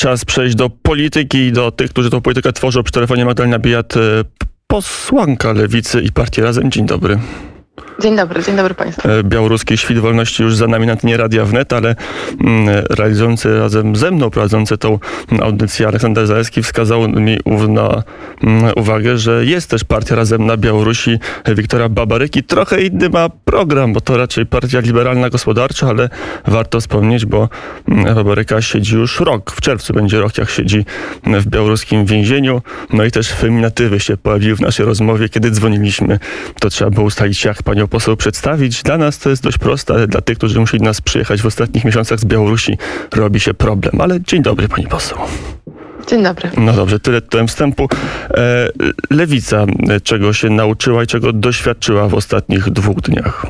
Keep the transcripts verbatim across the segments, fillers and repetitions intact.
Czas przejść do polityki i do tych, którzy tą politykę tworzą. Przy telefonie Magdalena Biejat, posłanka Lewicy i Partii Razem. Dzień dobry. Dzień dobry, dzień dobry Państwu. Białoruski świt wolności już za nami na antenie Radia Wnet, ale realizujący razem ze mną, prowadzący tą audycję Aleksander Zalewski wskazał mi na uwagę, że jest też Partia Razem na Białorusi Wiktora Babaryki. Trochę inny ma program, bo to raczej partia liberalna gospodarcza, ale warto wspomnieć, bo Babaryka siedzi już rok. W czerwcu będzie rok, jak siedzi w białoruskim więzieniu. No i też feminatywy się pojawiły w naszej rozmowie. Kiedy dzwoniliśmy, to trzeba było ustalić, jak panią poseł przedstawić. Dla nas to jest dość proste, ale dla tych, którzy musieli nas przyjechać w ostatnich miesiącach z Białorusi, robi się problem. Ale dzień dobry, pani poseł. Dzień dobry. No dobrze, tyle tytułem wstępu. E, Lewica czego się nauczyła i czego doświadczyła w ostatnich dwóch dniach?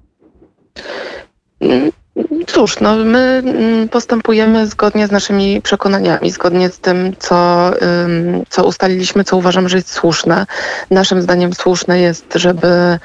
Cóż, no my postępujemy zgodnie z naszymi przekonaniami, zgodnie z tym, co, co ustaliliśmy, co uważam, że jest słuszne. Naszym zdaniem słuszne jest, żeby,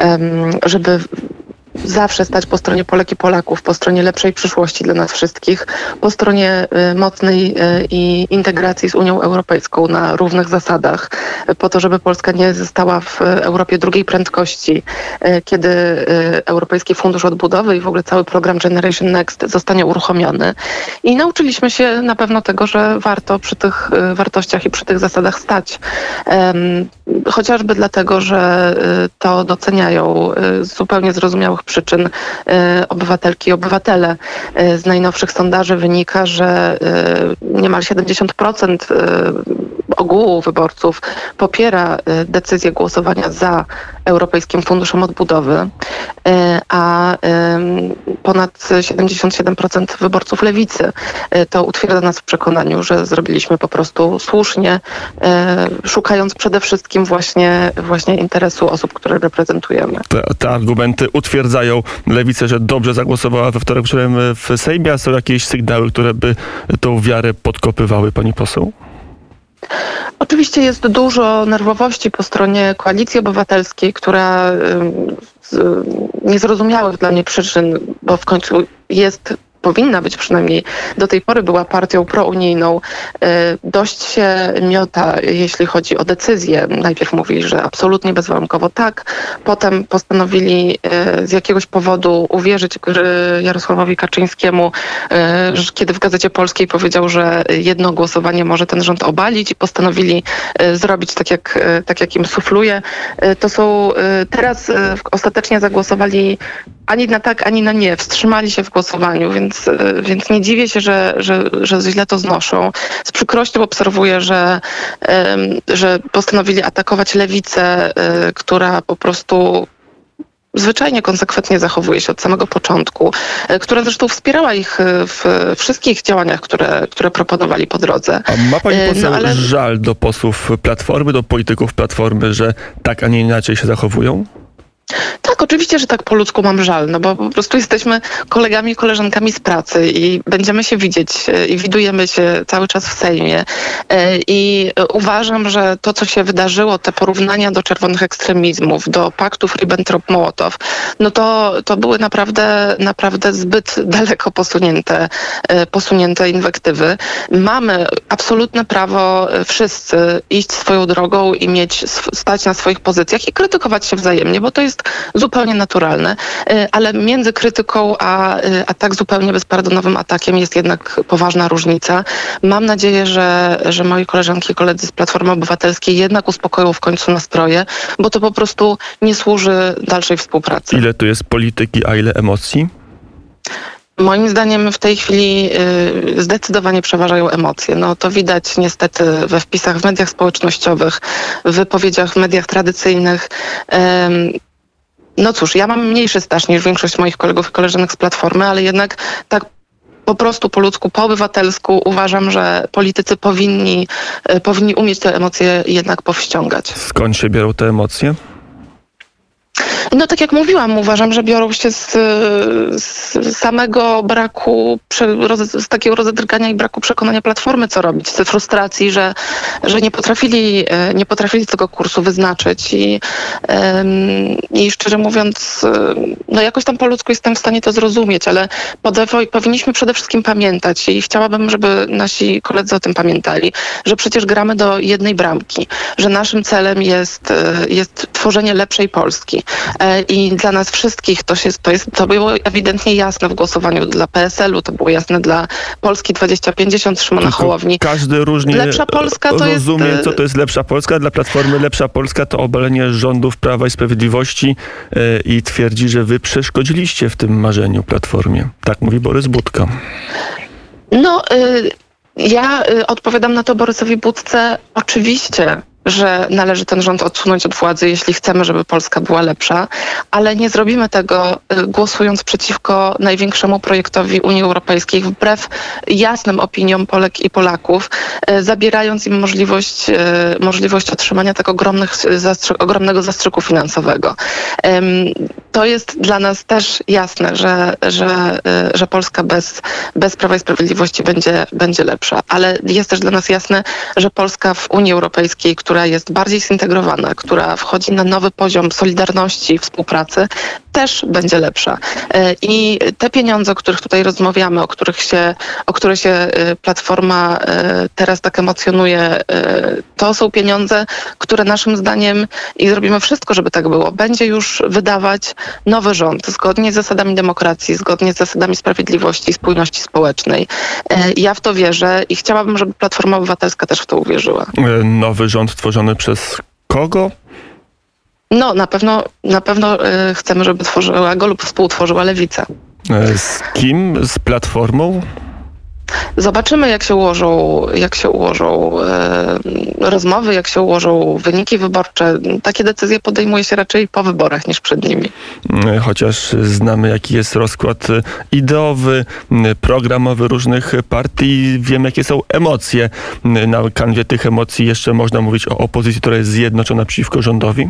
żeby zawsze stać po stronie Polek i Polaków, po stronie lepszej przyszłości dla nas wszystkich, po stronie y, mocnej y, i integracji z Unią Europejską na równych zasadach, y, po to, żeby Polska nie została w Europie drugiej prędkości, y, kiedy y, Europejski Fundusz Odbudowy i w ogóle cały program Generation Next zostanie uruchomiony. I nauczyliśmy się na pewno tego, że warto przy tych y, wartościach i przy tych zasadach stać. Um, chociażby dlatego, że y, to doceniają y, z zupełnie zrozumiałych przyczyn y, obywatelki i obywatele. Y, z najnowszych sondaży wynika, że y, niemal siedemdziesiąt procent y, ogółu wyborców popiera y, decyzję głosowania za Europejskim Funduszem Odbudowy, y, a y, ponad siedemdziesiąt siedem procent wyborców Lewicy. Y, to utwierdza nas w przekonaniu, że zrobiliśmy po prostu słusznie, y, szukając przede wszystkim właśnie, właśnie interesu osób, które reprezentujemy. Te, te argumenty utwierdzają Lewicę, że dobrze zagłosowała we wtorek wieczorem w Sejmie, a są jakieś sygnały, które by tą wiarę podkopywały, pani poseł? Oczywiście jest dużo nerwowości po stronie Koalicji Obywatelskiej, która z niezrozumiałych dla mnie przyczyn, bo w końcu jest powinna być przynajmniej do tej pory była partią prounijną, dość się miota, jeśli chodzi o decyzję. Najpierw mówili, że absolutnie bezwarunkowo tak, potem postanowili z jakiegoś powodu uwierzyć Jarosławowi Kaczyńskiemu, kiedy w Gazecie Polskiej powiedział, że jedno głosowanie może ten rząd obalić i postanowili zrobić tak, jak, tak jak im sufluje. To są teraz ostatecznie zagłosowali ani na tak, ani na nie. Wstrzymali się w głosowaniu, więc, więc nie dziwię się, że, że, że źle to znoszą. Z przykrością obserwuję, że, że postanowili atakować lewicę, która po prostu zwyczajnie konsekwentnie zachowuje się od samego początku, która zresztą wspierała ich w wszystkich działaniach, które, które proponowali po drodze. A ma pani poseł no, ale... żal do posłów Platformy, do polityków Platformy, że tak, a nie inaczej się zachowują? Tak, oczywiście, że tak po ludzku mam żal, no bo po prostu jesteśmy kolegami i koleżankami z pracy i będziemy się widzieć i widujemy się cały czas w Sejmie. I uważam, że to, co się wydarzyło, te porównania do czerwonych ekstremizmów, do paktów Ribbentrop-Mołotow, no to, to były naprawdę, naprawdę zbyt daleko posunięte, posunięte inwektywy. Mamy absolutne prawo wszyscy iść swoją drogą i mieć, stać na swoich pozycjach i krytykować się wzajemnie, bo to jest zupełnie naturalne, ale między krytyką a, a tak zupełnie bezpardonowym atakiem jest jednak poważna różnica. Mam nadzieję, że, że moi koleżanki i koledzy z Platformy Obywatelskiej jednak uspokoją w końcu nastroje, bo to po prostu nie służy dalszej współpracy. Ile tu jest polityki, a ile emocji? Moim zdaniem w tej chwili y, zdecydowanie przeważają emocje. No to widać niestety we wpisach w mediach społecznościowych, w wypowiedziach w mediach tradycyjnych. Ym, No cóż, ja mam mniejszy staż niż większość moich kolegów i koleżanek z Platformy, ale jednak tak po prostu po ludzku, po obywatelsku uważam, że politycy powinni, powinni umieć te emocje jednak powściągać. Skąd się biorą te emocje? No tak jak mówiłam, uważam, że biorą się z, z samego braku, z takiego rozedrgania i braku przekonania Platformy, co robić, ze frustracji, że, że nie potrafili, nie potrafili tego kursu wyznaczyć i, i szczerze mówiąc, no jakoś tam po ludzku jestem w stanie to zrozumieć, ale powinniśmy przede wszystkim pamiętać i chciałabym, żeby nasi koledzy o tym pamiętali, że przecież gramy do jednej bramki, że naszym celem jest, jest tworzenie lepszej Polski. I dla nas wszystkich to, się, to, jest, to było ewidentnie jasne w głosowaniu dla P S L u, to było jasne dla Polski dwadzieścia pięćdziesiąt Szymona Tylko Hołowni. Każdy różnie lepsza Polska to rozumie, jest... co to jest lepsza Polska. Dla Platformy lepsza Polska to obalenie rządów Prawa i Sprawiedliwości yy, i twierdzi, że wy przeszkodziliście w tym marzeniu Platformie. Tak mówi Borys Budka. No, y, ja y, odpowiadam na to Borysowi Budce. Oczywiście, że należy ten rząd odsunąć od władzy, jeśli chcemy, żeby Polska była lepsza, ale nie zrobimy tego y, głosując przeciwko największemu projektowi Unii Europejskiej, wbrew jasnym opiniom Polek i Polaków, y, zabierając im możliwość, y, możliwość otrzymania tak ogromnych, zastrze- ogromnego zastrzyku finansowego. Ym, to jest dla nas też jasne, że, że, y, że Polska bez, bez Prawa i Sprawiedliwości będzie, będzie lepsza, ale jest też dla nas jasne, że Polska w Unii Europejskiej, która jest bardziej zintegrowana, która wchodzi na nowy poziom solidarności i współpracy, też będzie lepsza. I te pieniądze, o których tutaj rozmawiamy, o których się, o które się Platforma teraz tak emocjonuje, to są pieniądze, które naszym zdaniem, i zrobimy wszystko, żeby tak było, będzie już wydawać nowy rząd, zgodnie z zasadami demokracji, zgodnie z zasadami sprawiedliwości i spójności społecznej. Ja w to wierzę i chciałabym, żeby Platforma Obywatelska też w to uwierzyła. Nowy rząd tworzony przez kogo? No, na pewno, na pewno y, chcemy, żeby tworzyła go lub współtworzyła Lewica. Z kim? Z Platformą? Zobaczymy, jak się ułożą, jak się ułożą e, rozmowy, jak się ułożą wyniki wyborcze. Takie decyzje podejmuje się raczej po wyborach niż przed nimi. Chociaż znamy, jaki jest rozkład ideowy, programowy różnych partii. Wiem, jakie są emocje. Na kanwie tych emocji jeszcze można mówić o opozycji, która jest zjednoczona przeciwko rządowi?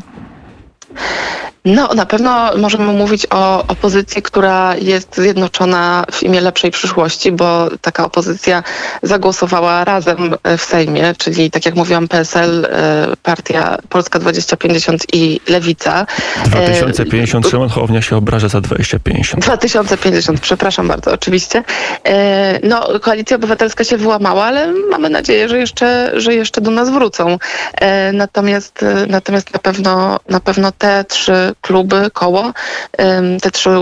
No, na pewno możemy mówić o opozycji, która jest zjednoczona w imię lepszej przyszłości, bo taka opozycja zagłosowała razem w Sejmie, czyli tak jak mówiłam, P S L, Partia Polska dwadzieścia pięćdziesiąt i Lewica. dwa tysiące pięćdziesiąt, Szymon Hołownia się obraża za dwadzieścia pięćdziesiąt. dwa tysiące pięćdziesiąt, przepraszam bardzo, oczywiście. No, Koalicja Obywatelska się wyłamała, ale mamy nadzieję, że jeszcze, że jeszcze do nas wrócą. Natomiast, natomiast na pewno, na pewno te trzy kluby, koło, te trzy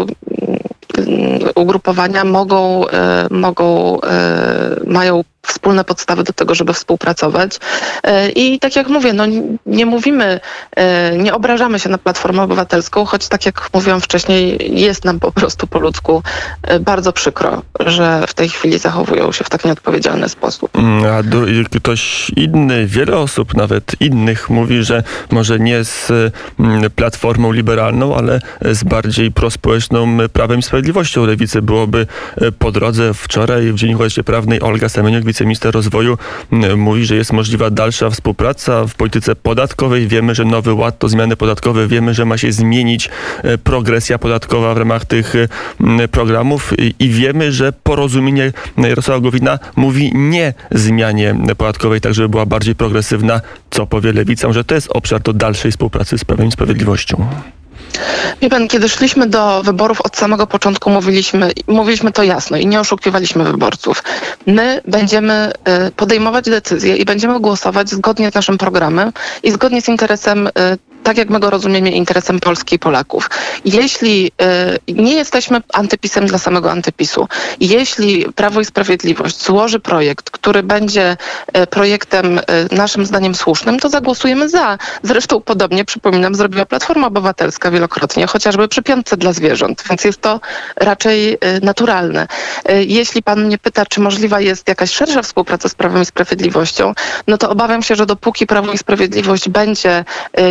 ugrupowania mogą, mogą, mają wspólne podstawy do tego, żeby współpracować. I tak jak mówię, no nie mówimy, nie obrażamy się na Platformę Obywatelską, choć tak jak mówiłam wcześniej, jest nam po prostu po ludzku bardzo przykro, że w tej chwili zachowują się w tak nieodpowiedzialny sposób. A ktoś inny, wiele osób, nawet innych, mówi, że może nie z Platformą Liberalną, ale z bardziej prospołeczną Prawem i Sprawiedliwością Lewicy byłoby po drodze. Wczoraj w Dzienniku Gazecie Prawnej Olga Semeniuk, wiceminister rozwoju, mówi, że jest możliwa dalsza współpraca w polityce podatkowej. Wiemy, że Nowy Ład to zmiany podatkowe. Wiemy, że ma się zmienić progresja podatkowa w ramach tych programów i wiemy, że porozumienie Jarosława Gowina mówi nie zmianie podatkowej, tak żeby była bardziej progresywna. Co powie Lewica, że to jest obszar do dalszej współpracy z Prawem i Sprawiedliwością? Wie pan, kiedy szliśmy do wyborów, od samego początku mówiliśmy, mówiliśmy to jasno i nie oszukiwaliśmy wyborców. My będziemy podejmować decyzje i będziemy głosować zgodnie z naszym programem i zgodnie z interesem, tak jak my go rozumiemy, interesem Polski i Polaków. Jeśli y, nie jesteśmy antypisem dla samego antypisu, jeśli Prawo i Sprawiedliwość złoży projekt, który będzie y, projektem y, naszym zdaniem słusznym, to zagłosujemy za. Zresztą podobnie, przypominam, zrobiła Platforma Obywatelska wielokrotnie, chociażby przy piątce dla zwierząt, więc jest to raczej y, naturalne. Y, jeśli pan mnie pyta, czy możliwa jest jakaś szersza współpraca z Prawem i Sprawiedliwością, no to obawiam się, że dopóki Prawo i Sprawiedliwość będzie y,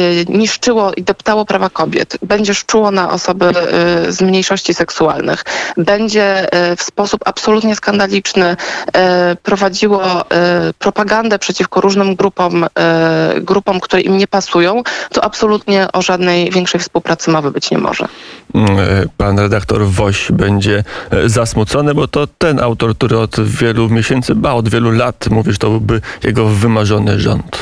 niszczyło i deptało prawa kobiet, będzie szczuło na osoby z mniejszości seksualnych, będzie w sposób absolutnie skandaliczny prowadziło propagandę przeciwko różnym grupom, grupom, które im nie pasują, to absolutnie o żadnej większej współpracy mowy być nie może. Pan redaktor Woś będzie zasmucony, bo to ten autor, który od wielu miesięcy, ba od wielu lat mówi, że to byłby jego wymarzony rząd.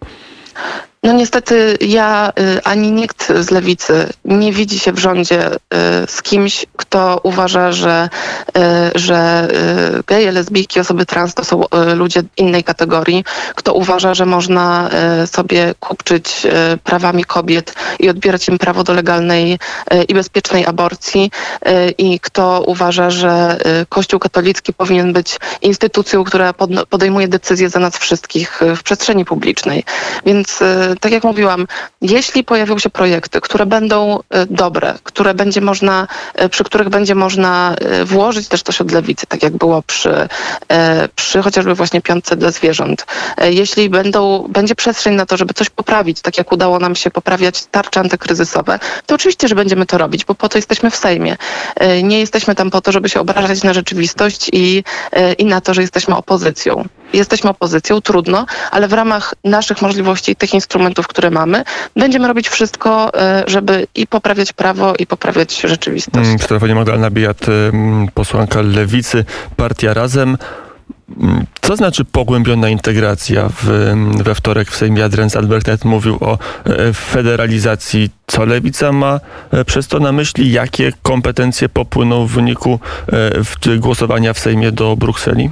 No niestety ja y, ani nikt z lewicy nie widzi się w rządzie y, z kimś, kto uważa, że, y, że y, geje, lesbijki, osoby trans to są y, ludzie innej kategorii, kto uważa, że można y, sobie kupczyć y, prawami kobiet i odbierać im prawo do legalnej y, i bezpiecznej aborcji y, i kto uważa, że y, Kościół katolicki powinien być instytucją, która pod, podejmuje decyzje za nas wszystkich y, w przestrzeni publicznej. Więc y, tak jak mówiłam, jeśli pojawią się projekty, które będą dobre, które będzie można, przy których będzie można włożyć też coś od lewicy, tak jak było przy, przy chociażby właśnie piątce dla zwierząt. Jeśli będą, będzie przestrzeń na to, żeby coś poprawić, tak jak udało nam się poprawiać tarcze antykryzysowe, to oczywiście, że będziemy to robić, bo po to jesteśmy w Sejmie. Nie jesteśmy tam po to, żeby się obrażać na rzeczywistość i, i na to, że jesteśmy opozycją. Jesteśmy opozycją, trudno, ale w ramach naszych możliwości i tych instrumentów, które mamy, będziemy robić wszystko, żeby i poprawiać prawo, i poprawiać rzeczywistość. Przy telefonie Magdalena Biejat, posłanka Lewicy, Partia Razem. Co znaczy pogłębiona integracja? W, we wtorek w Sejmie Adrian Zandberg mówił o federalizacji. Co Lewica ma przez to na myśli? Jakie kompetencje popłyną w wyniku głosowania w Sejmie do Brukseli?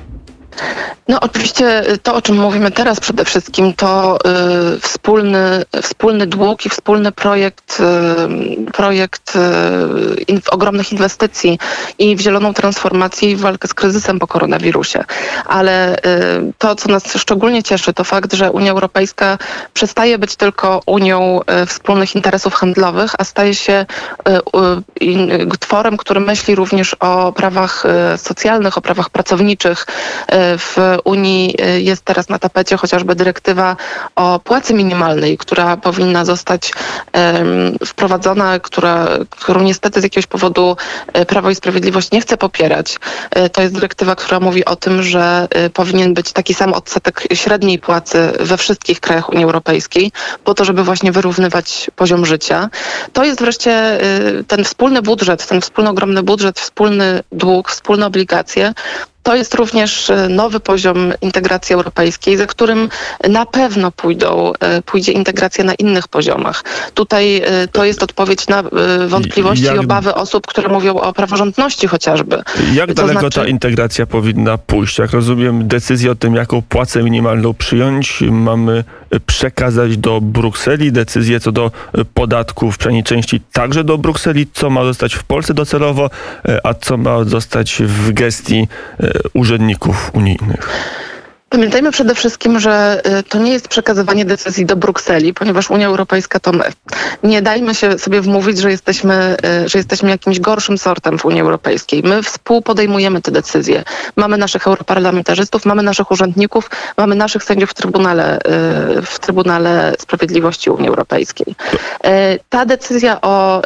No oczywiście to, o czym mówimy teraz przede wszystkim, to y, wspólny, wspólny dług i wspólny projekt, y, projekt y, in, ogromnych inwestycji i w zieloną transformację i w walkę z kryzysem po koronawirusie. Ale y, to, co nas szczególnie cieszy, to fakt, że Unia Europejska przestaje być tylko Unią y, wspólnych interesów handlowych, a staje się y, y, tworem, który myśli również o prawach y, socjalnych, o prawach pracowniczych. Y, w Unii jest teraz na tapecie chociażby dyrektywa o płacy minimalnej, która powinna zostać um, wprowadzona, która, którą niestety z jakiegoś powodu Prawo i Sprawiedliwość nie chce popierać. To jest dyrektywa, która mówi o tym, że powinien być taki sam odsetek średniej płacy we wszystkich krajach Unii Europejskiej, po to, żeby właśnie wyrównywać poziom życia. To jest wreszcie ten wspólny budżet, ten wspólny ogromny budżet, wspólny dług, wspólne obligacje. To jest również nowy poziom integracji europejskiej, za którym na pewno pójdą, pójdzie integracja na innych poziomach. Tutaj to jest odpowiedź na wątpliwości jak, i obawy osób, które mówią o praworządności chociażby. Jak to daleko znaczy... ta integracja powinna pójść? Jak rozumiem, decyzję o tym, jaką płacę minimalną przyjąć, mamy przekazać do Brukseli, decyzję co do podatków, przynajmniej części także do Brukseli, co ma zostać w Polsce docelowo, a co ma zostać w gestii urzędników unijnych. Pamiętajmy przede wszystkim, że to nie jest przekazywanie decyzji do Brukseli, ponieważ Unia Europejska to my. Nie dajmy się sobie wmówić, że jesteśmy, że jesteśmy jakimś gorszym sortem w Unii Europejskiej. My współpodejmujemy te decyzje. Mamy naszych europarlamentarzystów, mamy naszych urzędników, mamy naszych sędziów w Trybunale, w Trybunale Sprawiedliwości Unii Europejskiej. Ta decyzja o...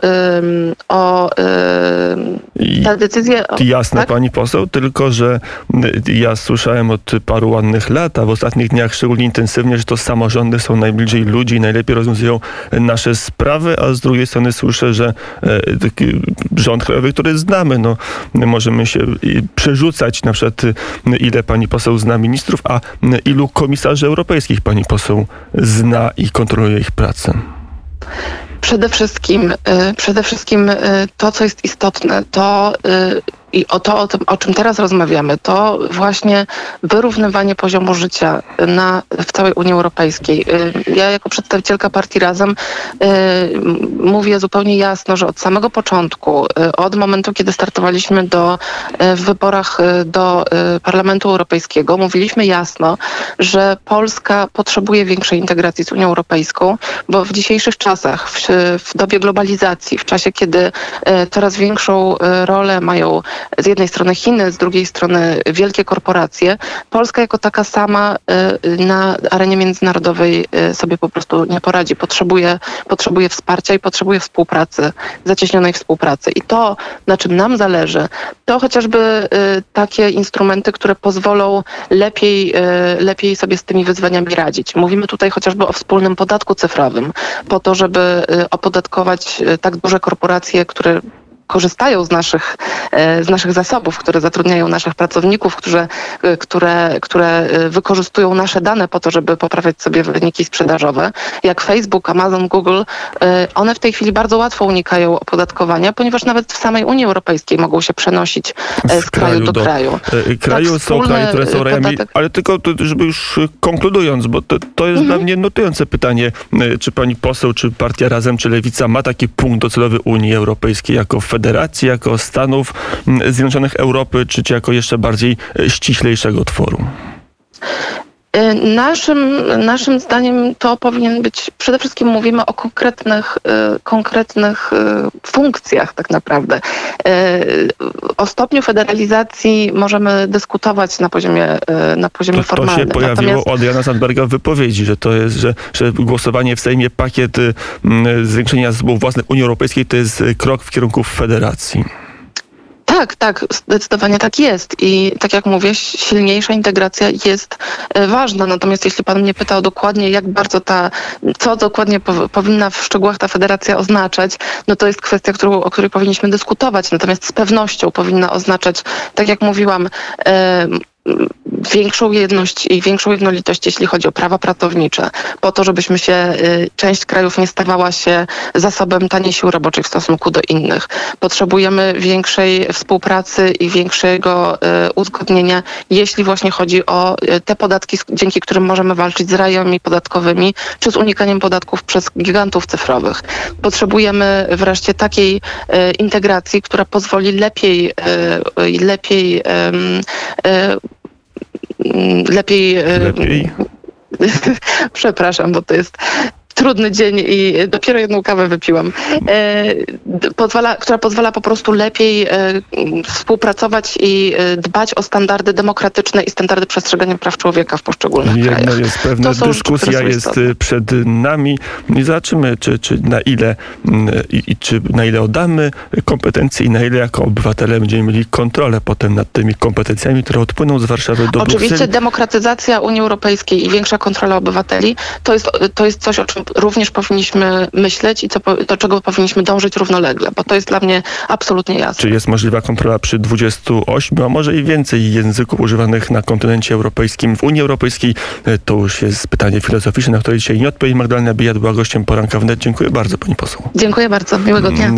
o ta decyzja... O, Jasne, tak? pani poseł, tylko że ja słyszałem od paru ładnych lat, a w ostatnich dniach szczególnie intensywnie, że to samorządy są najbliżej ludzi i najlepiej rozwiązują nasze sprawy, a z drugiej strony słyszę, że taki rząd krajowy, który znamy, no możemy się przerzucać na przykład ile pani poseł zna ministrów, a ilu komisarzy europejskich pani poseł zna i kontroluje ich pracę. Przede wszystkim, przede wszystkim to, co jest istotne, to i o to, o tym, o czym teraz rozmawiamy, to właśnie wyrównywanie poziomu życia na, w całej Unii Europejskiej. Ja jako przedstawicielka Partii Razem y, mówię zupełnie jasno, że od samego początku, y, od momentu, kiedy startowaliśmy do, y, w wyborach y, do y, Parlamentu Europejskiego, mówiliśmy jasno, że Polska potrzebuje większej integracji z Unią Europejską, bo w dzisiejszych czasach, w, w dobie globalizacji, w czasie, kiedy coraz większą rolę mają z jednej strony Chiny, z drugiej strony wielkie korporacje, Polska jako taka sama na arenie międzynarodowej sobie po prostu nie poradzi. Potrzebuje, potrzebuje wsparcia i potrzebuje współpracy, zacieśnionej współpracy. I to, na czym nam zależy, to chociażby takie instrumenty, które pozwolą lepiej, lepiej sobie z tymi wyzwaniami radzić. Mówimy tutaj chociażby o wspólnym podatku cyfrowym, po to, żeby opodatkować tak duże korporacje, które korzystają z naszych, z naszych zasobów, które zatrudniają naszych pracowników, które, które, które wykorzystują nasze dane po to, żeby poprawiać sobie wyniki sprzedażowe, jak Facebook, Amazon, Google, one w tej chwili bardzo łatwo unikają opodatkowania, ponieważ nawet w samej Unii Europejskiej mogą się przenosić z, z kraju do, do kraju. Kraju tak, są kraje, które są rajami, podatek... ale tylko, żeby już konkludując, bo to, to jest mhm. dla mnie notujące pytanie, czy pani poseł, czy partia Razem, czy Lewica ma taki punkt docelowy Unii Europejskiej jako federacji, jako Stanów Zjednoczonych Europy, czy, czy jako jeszcze bardziej ściślejszego tworu? Naszym, naszym zdaniem to powinien być, przede wszystkim mówimy o konkretnych, konkretnych funkcjach tak naprawdę. O stopniu federalizacji możemy dyskutować na poziomie, na poziomie to, to formalnym. To się pojawiło Natomiast... od Jana Sandberga w wypowiedzi, że to jest, że, że głosowanie w Sejmie pakiet zwiększenia zasobów własnych Unii Europejskiej to jest krok w kierunku federacji. Tak, tak, zdecydowanie tak jest i tak jak mówię, silniejsza integracja jest ważna, natomiast jeśli pan mnie pytał dokładnie, jak bardzo ta, co dokładnie po, powinna w szczegółach ta federacja oznaczać, no to jest kwestia, którą, o której powinniśmy dyskutować, natomiast z pewnością powinna oznaczać, tak jak mówiłam, e, większą jedność i większą jednolitość, jeśli chodzi o prawa pracownicze, po to, żebyśmy się, część krajów nie stawała się zasobem taniej siły roboczej w stosunku do innych. Potrzebujemy większej współpracy i większego uzgodnienia, jeśli właśnie chodzi o te podatki, dzięki którym możemy walczyć z rajami podatkowymi, czy z unikaniem podatków przez gigantów cyfrowych. Potrzebujemy wreszcie takiej integracji, która pozwoli lepiej, lepiej Lepiej, Lepiej. Przepraszam, bo to jest trudny dzień i dopiero jedną kawę wypiłam, e, pozwala, która pozwala po prostu lepiej e, współpracować i e, dbać o standardy demokratyczne i standardy przestrzegania praw człowieka w poszczególnych Jedno krajach. Jedno jest pewne, dyskusja jest istotne. Przed nami i zobaczymy, czy, czy na ile i, i czy na ile oddamy kompetencje i na ile jako obywatele będziemy mieli kontrolę potem nad tymi kompetencjami, które odpłyną z Warszawy do Oczywiście Brukseli. Demokratyzacja Unii Europejskiej i większa kontrola obywateli to jest, to jest coś, o czym również powinniśmy myśleć i co, do czego powinniśmy dążyć równolegle, bo to jest dla mnie absolutnie jasne. Czy jest możliwa kontrola przy dwudziestu ośmiu, a może i więcej języków używanych na kontynencie europejskim, w Unii Europejskiej? To już jest pytanie filozoficzne, na które dzisiaj nie odpowie. Magdalena Bijat była gościem Poranka Wnet. Dziękuję bardzo, pani poseł. Dziękuję bardzo. Miłego dnia.